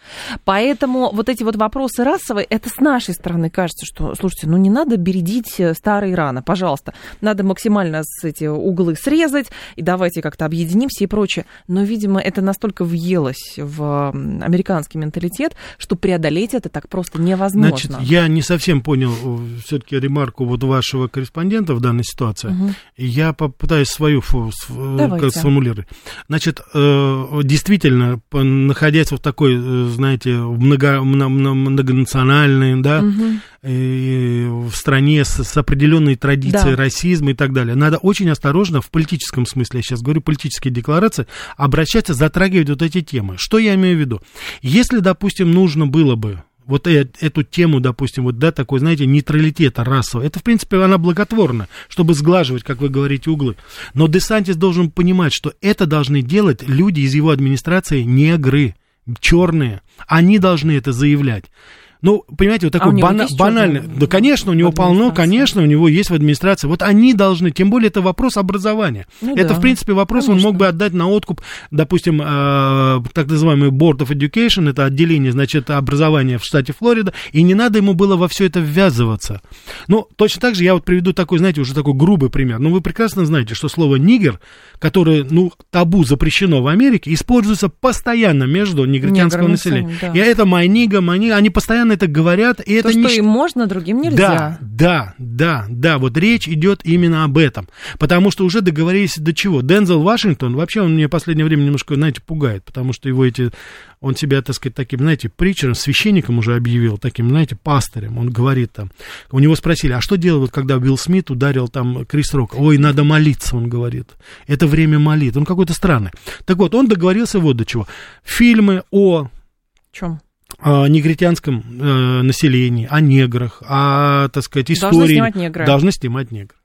Поэтому вот эти вот вопросы расовые, это с нашей стороны кажется, что, слушайте, ну не надо бередить старые раны, пожалуйста. Надо максимально эти углы срезать, и давайте как-то объединимся и прочее. Но, видимо, это настолько въелось в американский менталитет, что преодолеть это так просто невозможно. Значит, я не совсем понял все-таки ремарку вот вашего корреспондента в данной ситуации. Угу. Я попытаюсь свою сформулировать. Значит, действительно, находясь в такой, знаете, много, многонациональной, да, угу. и в стране с, с определенной традицией да. расизма и так далее, надо очень осторожно в политическом смысле, я сейчас говорю, политические декларации, обращаться, затрагивать вот эти темы. Что я имею в виду? Если, допустим, нужно было бы вот эту тему, допустим, вот, да, такой, знаете, нейтралитета расового, это, в принципе, она благотворна, чтобы сглаживать, как вы говорите, углы. Но Десантис должен понимать, что это должны делать люди из его администрации, негры, черные. Они должны это заявлять. Ну, понимаете, вот такой а бана- банальный... Да, конечно, у него полно, конечно, у него есть в администрации. Вот они должны, тем более это вопрос образования. Ну, это, да. в принципе, вопрос, конечно. Он мог бы отдать на откуп, допустим, э, так называемый Board of Education, это отделение, значит, образования в штате Флорида, и не надо ему было во все это ввязываться. Ну, точно так же я вот приведу такой, знаете, уже такой грубый пример. Ну, вы прекрасно знаете, что слово «нигер», которое, ну, табу запрещено в Америке, используется постоянно между негритянского населения. Да. И это «my nigga», «my nigga», они постоянно это говорят, и То, это что не... им можно, другим нельзя. Да, да, да, да, вот речь идет именно об этом, потому что уже договорились до чего. Дензел Вашингтон, вообще он меня в последнее время немножко, знаете, пугает, потому что его эти, он себя, так сказать, таким, знаете, притчером, священником уже объявил, таким, знаете, пастырем, он говорит там, у него спросили, а что делать, когда Уилл Смит ударил там Крис Рок? Ой, надо молиться, он говорит, это время молитвы, он какой-то странный. Так вот, он договорился вот до чего. Фильмы о... Чем? О негритянском э, населении, о неграх, о, так сказать, истории. Должны снимать негры. Должны снимать негры.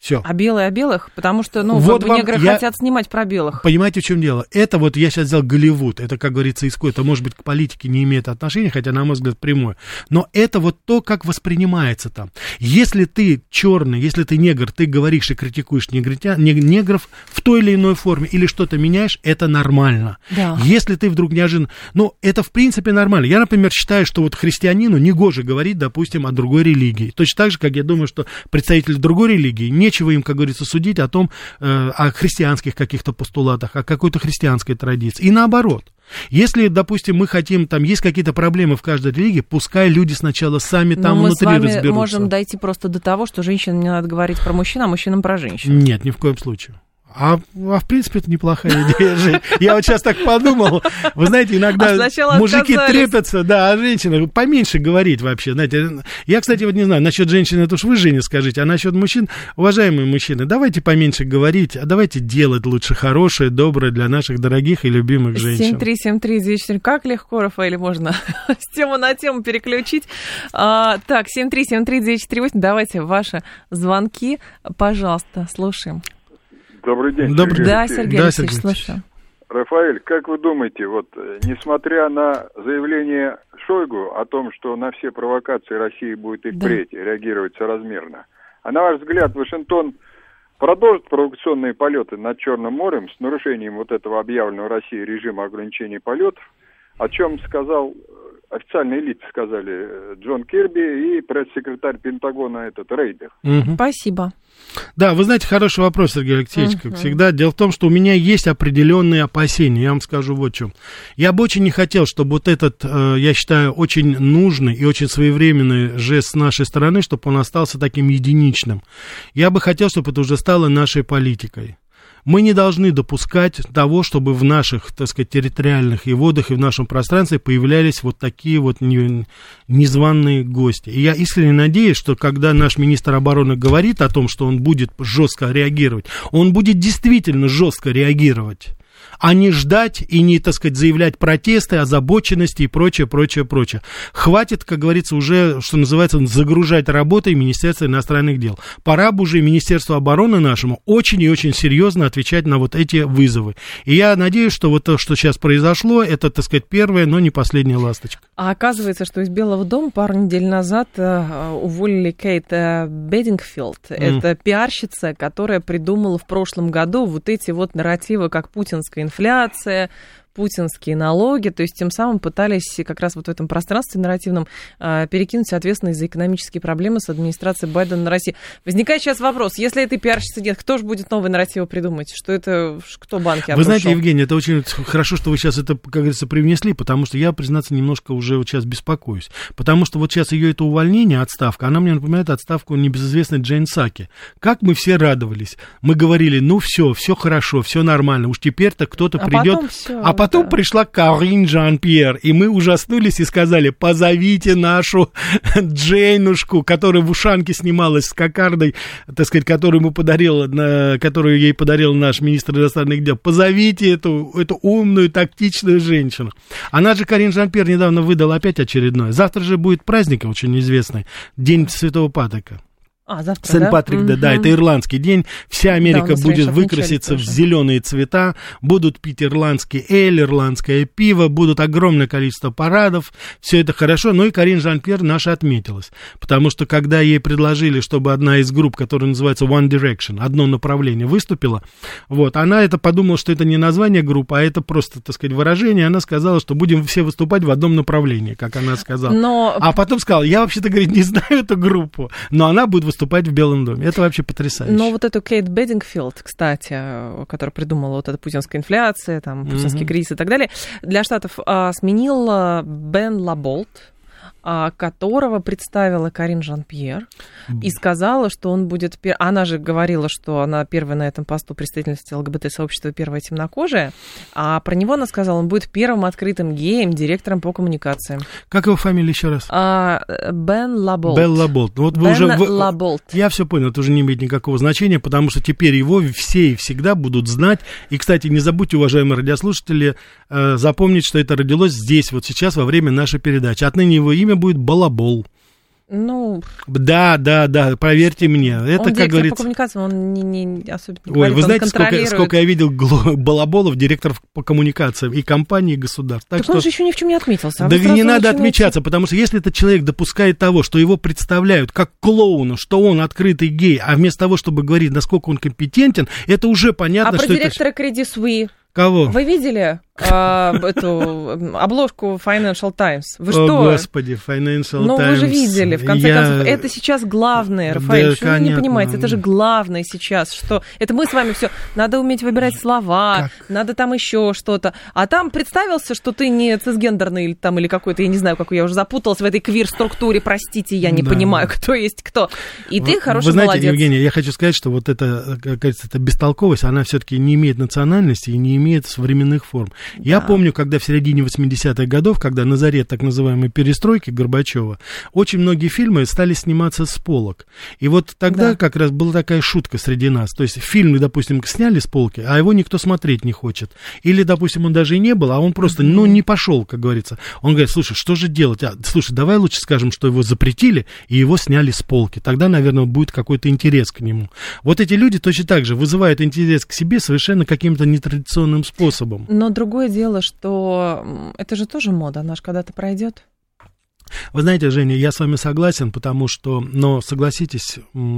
Все. А белые о белых? Потому что, ну, вот как бы негры я... хотят снимать про белых. Понимаете, в чем дело? Это вот я сейчас взял Голливуд. Это, как говорится, искусство. Это, может быть, к политике не имеет отношения, хотя, на мой взгляд, прямое. Но это вот то, как воспринимается там. Если ты черный, если ты негр, ты говоришь и критикуешь негритя... негров в той или иной форме или что-то меняешь, это нормально. Да. Если ты вдруг неожиданно... Ну, это, в принципе, нормально. Я, например, считаю, что вот христианину негоже говорить, допустим, о другой религии. Точно так же, как я думаю, что представители другой религии не Нечего им, как говорится, судить о том, э, о христианских каких-то постулатах, о какой-то христианской традиции. И наоборот. Если, допустим, мы хотим, там есть какие-то проблемы в каждой религии, пускай люди сначала сами там Но внутри разберутся. Мы с вами разберутся. можем дойти просто до того, что женщинам не надо говорить про мужчин, а мужчинам про женщин. Нет, ни в коем случае. А, а в принципе, это неплохая идея, Жень. Я вот сейчас так подумал. Вы знаете, иногда а мужики отказались. трепятся, да, а женщины поменьше говорить вообще. Знаете, я, кстати, вот не знаю, насчет женщин, это уж вы, Женя, скажите, а насчет мужчин, уважаемые мужчины, давайте поменьше говорить, а давайте делать лучше хорошее, доброе для наших дорогих и любимых женщин. семь три семь три девять четыре. Как легко, Рафаэль, можно с темы на тему переключить. А, так, семь три семь три девять четыре восемь. Давайте ваши звонки, пожалуйста, слушаем. Добрый день. Добрый Сергей да, Алексеевич. Сергей Да, Алексеевич, Сергей слушаю. Рафаэль, как вы думаете, вот несмотря на заявление Шойгу о том, что на все провокации Россия будет и впредь да. реагировать соразмерно, а на ваш взгляд, Вашингтон продолжит провокационные полеты над Черным морем с нарушением вот этого объявленного Россией режима ограничений полетов, о чем сказал, официальные лица сказали Джон Кирби и пресс-секретарь Пентагона этот Рейдер. Угу. Спасибо. Да, вы знаете, хороший вопрос, Сергей Алексеевич, как uh-huh. всегда. Дело в том, что у меня есть определенные опасения, я вам скажу вот в чем. Я бы очень не хотел, чтобы вот этот, я считаю, очень нужный и очень своевременный жест с нашей стороны, чтобы он остался таким единичным. Я бы хотел, чтобы это уже стало нашей политикой. Мы не должны допускать того, чтобы в наших, так сказать, территориальных и водах, и в нашем пространстве появлялись вот такие вот незваные гости. И я искренне надеюсь, что когда наш министр обороны говорит о том, что он будет жестко реагировать, он будет действительно жестко реагировать, а не ждать и не, так сказать, заявлять протесты, озабоченности и прочее, прочее, прочее. Хватит, как говорится, уже, что называется, загружать работой Министерства иностранных дел. Пора бы уже Министерству обороны нашему очень и очень серьезно отвечать на вот эти вызовы. И я надеюсь, что вот то, что сейчас произошло, это, так сказать, первая, но не последняя ласточка. А оказывается, что из Белого дома пару недель назад uh, уволили Кейт uh, Бедингфилд. Mm. Это пиарщица, которая придумала в прошлом году вот эти вот нарративы, как путинская инфляция, путинские налоги, то есть тем самым пытались как раз вот в этом пространстве нарративном э, перекинуть ответственность за экономические проблемы с администрацией Байдена на Россию. Возникает сейчас вопрос, если этой пиарщицы нет, кто же будет новые нарративы придумать? Что это, кто банки обрушил? Вы знаете, Евгений, это очень хорошо, что вы сейчас это, как говорится, привнесли, потому что я, признаться, немножко уже вот сейчас беспокоюсь. Потому что вот сейчас ее это увольнение, отставка, она мне напоминает отставку небезызвестной Джейн Саки. Как мы все радовались. Мы говорили, ну все, все хорошо, все нормально, уж теперь-то кто-то а придет... Потом всё, а потом да. пришла Карин Жан-Пьер, и мы ужаснулись и сказали, позовите нашу Джейнушку, которая в ушанке снималась с кокардой, так сказать, которую, ему подарил, которую ей подарил наш министр иностранных дел. Позовите эту, эту умную, тактичную женщину. Она же, Карин Жан-Пьер, недавно выдала опять очередное. Завтра же будет праздник очень известный, День Святого Патрика. А, завтра, Сент-Патрик, да? да, да, это ирландский день. Вся Америка да, будет выкраситься в зеленые цвета, будут пить ирландский эль, ирландское пиво, будут огромное количество парадов, все это хорошо. Ну и Карин Жан-Пьер наша отметилась, потому что когда ей предложили, чтобы одна из групп, которая называется One Direction, одно направление, выступила, вот, она это подумала, что это не название группы, а это просто, так сказать, выражение. Она сказала, что будем все выступать в одном направлении, как она сказала. Но... А потом сказала, я вообще-то, говорит, не знаю эту группу, но она будет выступать выступать в Белом доме. Это вообще потрясающе. Но вот эту Кейт Бедингфилд, кстати, которая придумала вот эту путинская инфляция, там, путинский mm-hmm. кризис и так далее, для Штатов а, сменил Бен Лаболт, а, которого представила Карин Жан-Пьер, mm-hmm. и сказала, что он будет... Пер... Она же говорила, что она первая на этом посту представительности ЛГБТ-сообщества, первая темнокожая, а про него она сказала, он будет первым открытым геем, директором по коммуникациям. Как его фамилия еще раз? А, Бен Лаболт. Бен Лаболт. Вот Бен вы уже... Лаболт. Я все понял, это уже не имеет никакого значения, потому что теперь его все и всегда будут знать. И, кстати, не забудьте, уважаемые радиослушатели, э, запомнить, что это родилось здесь, вот сейчас, во время нашей передачи. Отныне его имя будет Балабол. Ну... Да, да, да, поверьте мне. Это, он как говорится... по коммуникациям, он не, не особенно не Ой, говорит, вы он знаете, сколько, контролирует. сколько я видел балаболов, директоров по коммуникациям и компаний, и государств. Так, так что... он же еще ни в чем не отметился. А да не надо начинаете... отмечаться, потому что если этот человек допускает того, что его представляют как клоуна, что он открытый гей, а вместо того, чтобы говорить, насколько он компетентен, это уже понятно, а что про это... директора Credit Suisse? Кого? Вы видели а, эту обложку Financial Times? Вы О, что? Господи, Financial ну, Times. Ну, вы же видели, в конце Я... концов. Это сейчас главное, Рафаэль. Да, что вы не понимаете? Это же главное сейчас. Что это мы с вами все. Надо уметь выбирать слова, как? Надо там еще что-то. А там представился, что ты не цисгендерный или, там, или какой-то, я не знаю, какой, я уже запуталась в этой квир-структуре. Простите, я не да. понимаю, кто есть кто. И ты хороший молодец. Вы знаете, молодец. Евгения, я хочу сказать, что вот эта, как говорится, эта бестолковость, она все-таки не имеет национальности и не имеет современных форм. Да. Я помню, когда в середине восьмидесятых годов, когда на заре так называемой перестройки Горбачева, очень многие фильмы стали сниматься с полок. И вот тогда да. как раз была такая шутка среди нас. То есть фильм, допустим, сняли с полки, а его никто смотреть не хочет. Или, допустим, он даже и не был, а он просто, ну, не пошел, как говорится. Он говорит, слушай, что же делать? А, слушай, давай лучше скажем, что его запретили, и его сняли с полки. Тогда, наверное, будет какой-то интерес к нему. Вот эти люди точно так же вызывают интерес к себе совершенно каким-то нетрадиционным способом. Но другое дело, что это же тоже мода, она же когда-то пройдет. Вы знаете, Женя, я с вами согласен, потому что, но согласитесь,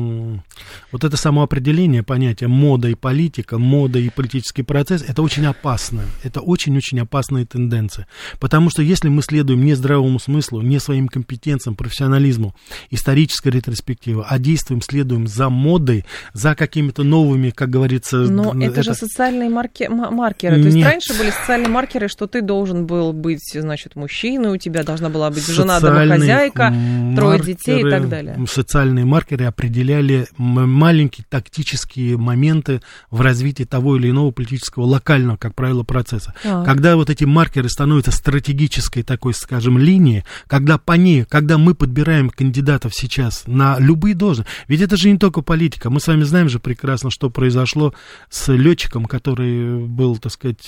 вот это самоопределение понятия мода и политика, мода и политический процесс, это очень опасно, это очень-очень опасные тенденции, потому что если мы следуем не здравому смыслу, не своим компетенциям, профессионализму, исторической ретроспективе, а действуем, следуем за модой, за какими-то новыми, как говорится... Но это, это... же социальные марки... маркеры, то есть Нет. раньше были социальные маркеры, что ты должен был быть, значит, мужчиной, у тебя должна была быть жена, домохозяйка, трое детей и так далее. Социальные маркеры определяли маленькие тактические моменты в развитии того или иного политического локального, как правило, процесса. А. Когда вот эти маркеры становятся стратегической такой, скажем, линией, когда по ней, когда мы подбираем кандидатов сейчас на любые должности, ведь это же не только политика, мы с вами знаем же прекрасно, что произошло с летчиком, который был, так сказать,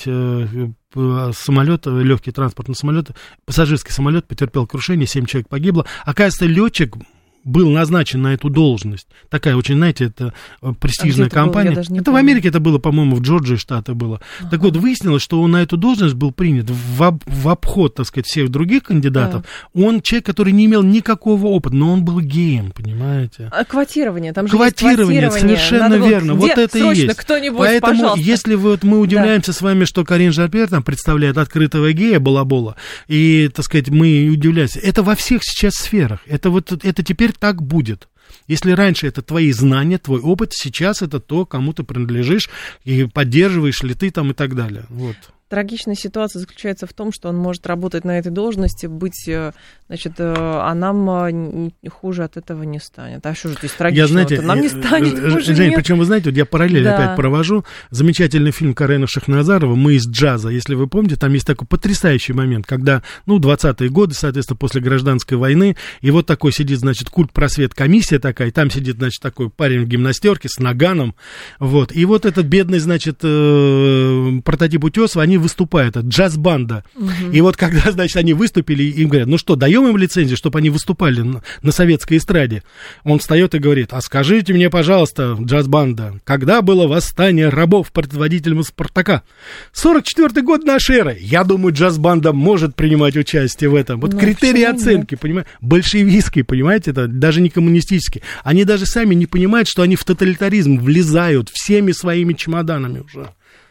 самолет, легкий транспортный самолет, пассажирский самолет потерпел крушение, семь человек погибло. Оказывается, летчик был назначен на эту должность. Такая очень, знаете, это престижная а компания. Это, это в Америке это было, по-моему, в Джорджии штаты было. Ага. Так вот, выяснилось, что он на эту должность был принят в, об, в обход, так сказать, всех других кандидатов. Да. Он человек, который не имел никакого опыта, но он был геем, понимаете? А квотирование, там же квотирование, есть квотирование. Совершенно Надо верно. Вот, вот это и есть. Кто-нибудь, поэтому, пожалуйста. если вот мы удивляемся да. с вами, что Карин Жан-Пьер там представляет открытого гея балабола, и, так сказать, мы удивляемся, это во всех сейчас сферах. Это вот это теперь так будет. Если раньше это твои знания, твой опыт, сейчас это то, кому ты принадлежишь, и поддерживаешь ли ты там и так далее. Вот. Трагичная ситуация заключается в том, что он может работать на этой должности, быть, значит, а нам хуже от этого не станет. А что же здесь трагичного? Я, знаете, нам не станет хуже, Жень, нет. причем, вы знаете, вот я параллель да. опять провожу. Замечательный фильм Карена Шахназарова «Мы из джаза». Если вы помните, там есть такой потрясающий момент, когда, ну, двадцатые годы, соответственно, после гражданской войны, и вот такой сидит, значит, культ-просвет комиссия такая, и там сидит, значит, такой парень в гимнастерке с наганом, вот. И вот этот бедный, значит, прототип Утесова, они выступают, это джаз-банда. Угу. И вот когда, значит, они выступили, им говорят, ну что, даем им лицензию, чтобы они выступали на, на советской эстраде. Он встает и говорит, а скажите мне, пожалуйста, джаз-банда, когда было восстание рабов предводителем Спартака? сорок четвёртый год нашей эры. Я думаю, джаз-банда может принимать участие в этом. Вот но критерии оценки, понимаете, большевистские, понимаете, это даже не коммунистические. Они даже сами не понимают, что они в тоталитаризм влезают всеми своими чемоданами уже.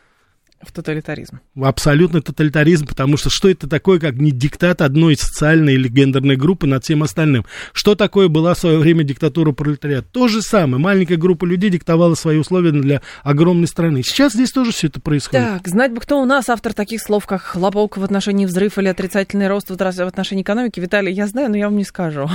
В тоталитаризм. Абсолютно тоталитаризм, потому что что это такое, как не диктат одной социальной или гендерной группы над всем остальным? Что такое была в свое время диктатура пролетариата? То же самое. Маленькая группа людей диктовала свои условия для огромной страны. Сейчас здесь тоже все это происходит. Так, знать бы, кто у нас автор таких слов, как хлопок в отношении взрыв или отрицательный рост в отношении экономики. Виталий, я знаю, но я вам не скажу.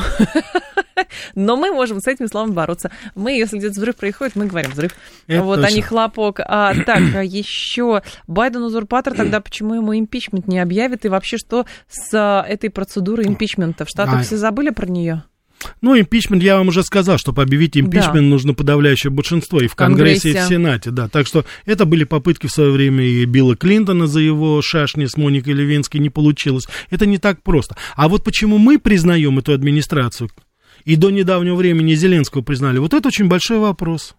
Но мы можем с этими словами бороться. Мы, если где-то взрыв происходит, мы говорим взрыв. Это вот, точно. А не хлопок. А, так, еще Байден узурпатор, тогда почему ему импичмент не объявят? И вообще, что с этой процедурой импичмента? В Штатах а... все забыли про нее? Ну, импичмент, я вам уже сказал, чтобы объявить импичмент, да. нужно подавляющее большинство и в Конгрессе, Конгрессе, и в Сенате, да. Так что это были попытки в свое время и Билла Клинтона за его шашни с Моникой Левинской, не получилось. Это не так просто. А вот почему мы признаем эту администрацию, и до недавнего времени Зеленского признали, вот это очень большой вопрос.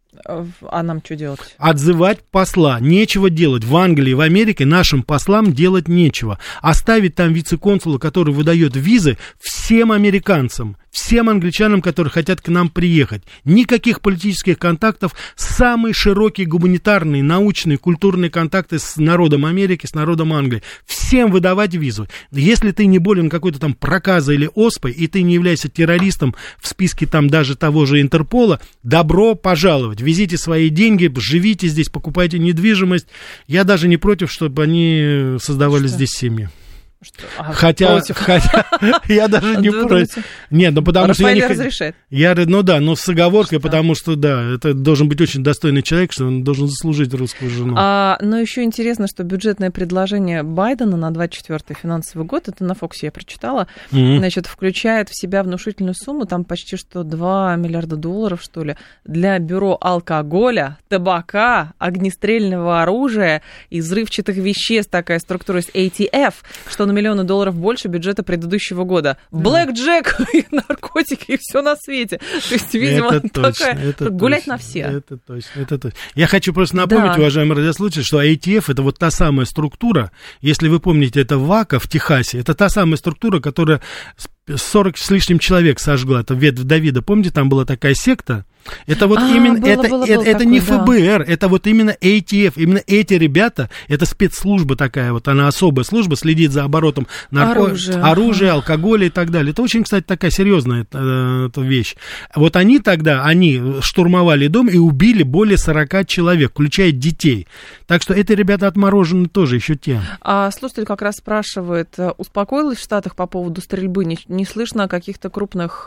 А нам что делать? Отзывать посла. Нечего делать. В Англии, в Америке нашим послам делать нечего. Оставить там вице-консула, который выдает визы всем американцам, всем англичанам, которые хотят к нам приехать. Никаких политических контактов. Самые широкие гуманитарные, научные, культурные контакты с народом Америки, с народом Англии. Всем выдавать визу. Если ты не болен какой-то там проказой или оспой, и ты не являешься террористом в списке там даже того же Интерпола, добро пожаловать. Везите свои деньги, живите здесь, покупайте недвижимость. Я даже не против, чтобы они создавали Что? здесь семьи. Что? А, хотя, хотя я даже не против. Нет, ну потому что я не разрешает. Я, ну да, но с оговоркой, потому что да, это должен быть очень достойный человек, что он должен заслужить русскую жену. А, но еще интересно, что бюджетное предложение Байдена на двадцать четвёртый финансовый год, это на Фоксе я прочитала, mm-hmm. значит, включает в себя внушительную сумму, там почти что два миллиарда долларов, что ли, для бюро алкоголя, табака, огнестрельного оружия и взрывчатых веществ, такая структура с эй ти эф, что на миллионы долларов больше бюджета предыдущего года. Блэк Джек и наркотики, и все на свете. То есть, видимо, это точно, такая... это гулять точно, на все. Это точно, это точно. Я хочу просто напомнить, да. уважаемые радиослушатели, что эй ти эф это вот та самая структура, если вы помните, это ВАКа в Техасе, это та самая структура, которая сорок с лишним человек сожгла. Это ветвь Давида. Помните, там была такая секта? Это вот а, именно, было, это, было, это, было это такой, не эф бэ эр, да. это вот именно эй ти эф, именно эти ребята, это спецслужба такая вот, она особая служба, следит за оборотом нарко... оружия, оружия алкоголя и так далее. Это очень, кстати, такая серьезная это, это вещь. Вот они тогда, они штурмовали дом и убили более сорока человек, включая детей. Так что эти ребята отморожены тоже еще те. А слушатель как раз спрашивает, успокоилась в Штатах по поводу стрельбы? Не, не слышно о каких-то крупных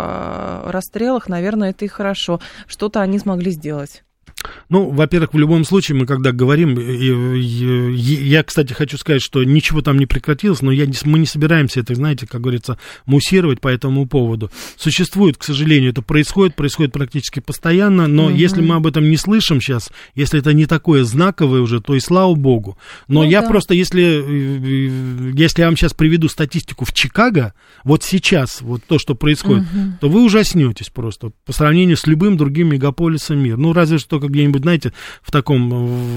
э, расстрелах, наверное, это и хорошо. Что-то они смогли сделать. Ну, во-первых, в любом случае, мы когда говорим, я, кстати, хочу сказать, что ничего там не прекратилось, но я, мы не собираемся это, знаете, как говорится, муссировать по этому поводу. Существует, к сожалению, это происходит, происходит практически постоянно, но mm-hmm. если мы об этом не слышим сейчас, если это не такое знаковое уже, то и слава богу. Но ну, я да. просто, если, если я вам сейчас приведу статистику в Чикаго, вот сейчас, вот то, что происходит, mm-hmm. то вы ужаснетесь просто по сравнению с любым другим мегаполисом мира. Ну, разве что как где-нибудь, знаете, в таком,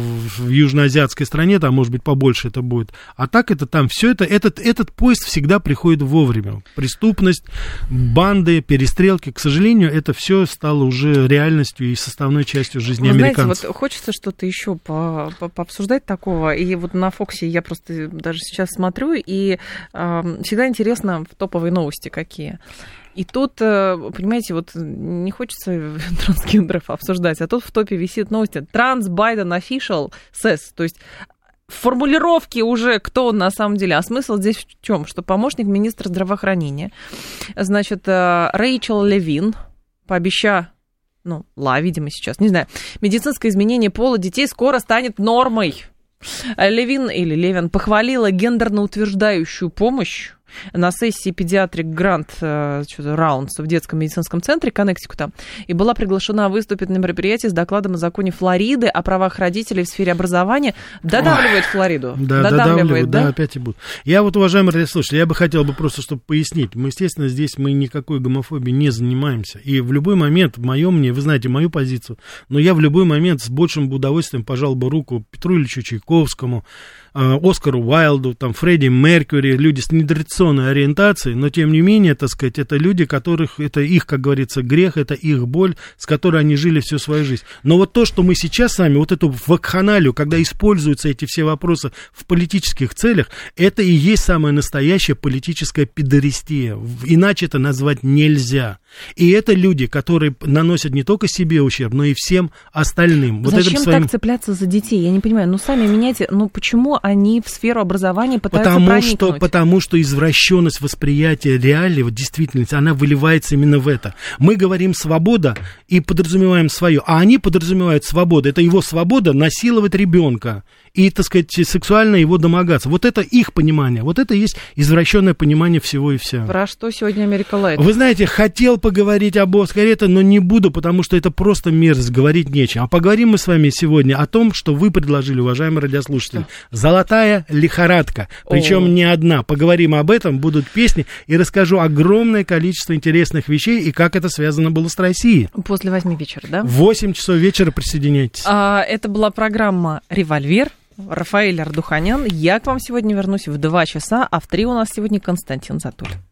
в южноазиатской стране, там, может быть, побольше это будет. А так это там, все это, этот, этот поезд всегда приходит вовремя. Преступность, банды, перестрелки, к сожалению, это все стало уже реальностью и составной частью жизни Вы американцев. Знаете, вот хочется что-то еще по, по, пообсуждать такого, и вот на Фоксе я просто даже сейчас смотрю, и э, всегда интересно топовые новости какие. И тут, понимаете, вот не хочется трансгендеров обсуждать, а тут в топе висит новость «Транс Байден official says», то есть формулировки уже, кто он на самом деле. А смысл здесь в чем? Что помощник министра здравоохранения, значит, Рэйчел Левин, пообеща, ну, ла, видимо, сейчас, не знаю, медицинское изменение пола детей скоро станет нормой. Левин или Левин похвалила гендерно-утверждающую помощь на сессии Pediatric Grant Rounds в детском медицинском центре Коннектикута и была приглашена выступить на мероприятии с докладом о законе Флориды о правах родителей в сфере образования. Додавливает Ой, Флориду. Да, додавливает, да? да, опять и будут. Я вот, уважаемые радиослушатели, я бы хотел бы просто, чтобы пояснить. Мы, естественно, здесь мы никакой гомофобией не занимаемся. И в любой момент, мое мнение, вы знаете мою позицию, но я в любой момент с большим удовольствием пожал бы руку Петру Ильичу Чайковскому, Оскару Уайлду, там, Фредди Меркьюри, люди с нетрадиционной ориентацией, но, тем не менее, так сказать, это люди, которых, это их, как говорится, грех, это их боль, с которой они жили всю свою жизнь. Но вот то, что мы сейчас с вами, вот эту вакханалию, когда используются эти все вопросы в политических целях, это и есть самая настоящая политическая педорастия. Иначе это назвать нельзя. И это люди, которые наносят не только себе ущерб, но и всем остальным. Вот Зачем своим... так цепляться за детей? Я не понимаю. Ну, сами меняйте. Ну, почему они в сферу образования пытаются потому проникнуть? Что, потому что извращенность восприятия реального, действительности, она выливается именно в это. Мы говорим «свобода» и подразумеваем свое, а они подразумевают свободу. Это его свобода насиловать ребенка и, так сказать, сексуально его домогаться. Вот это их понимание, вот это и есть извращенное понимание всего и вся. Про что сегодня Америка Лайт? Вы знаете, хотел поговорить об Оскаре, это, но не буду, потому что это просто мерзость, говорить нечем. А поговорим мы с вами сегодня о том, что вы предложили, уважаемые радиослушатели. Золотая лихорадка, причем О. не одна. Поговорим об этом, будут песни, и расскажу огромное количество интересных вещей, и как это связано было с Россией. После восьми вечера, да? В восемь часов вечера присоединяйтесь. А, это была программа «Револьвер». Рафаэль Ардуханян. Я к вам сегодня вернусь в два часа, а в три у нас сегодня Константин Затуль.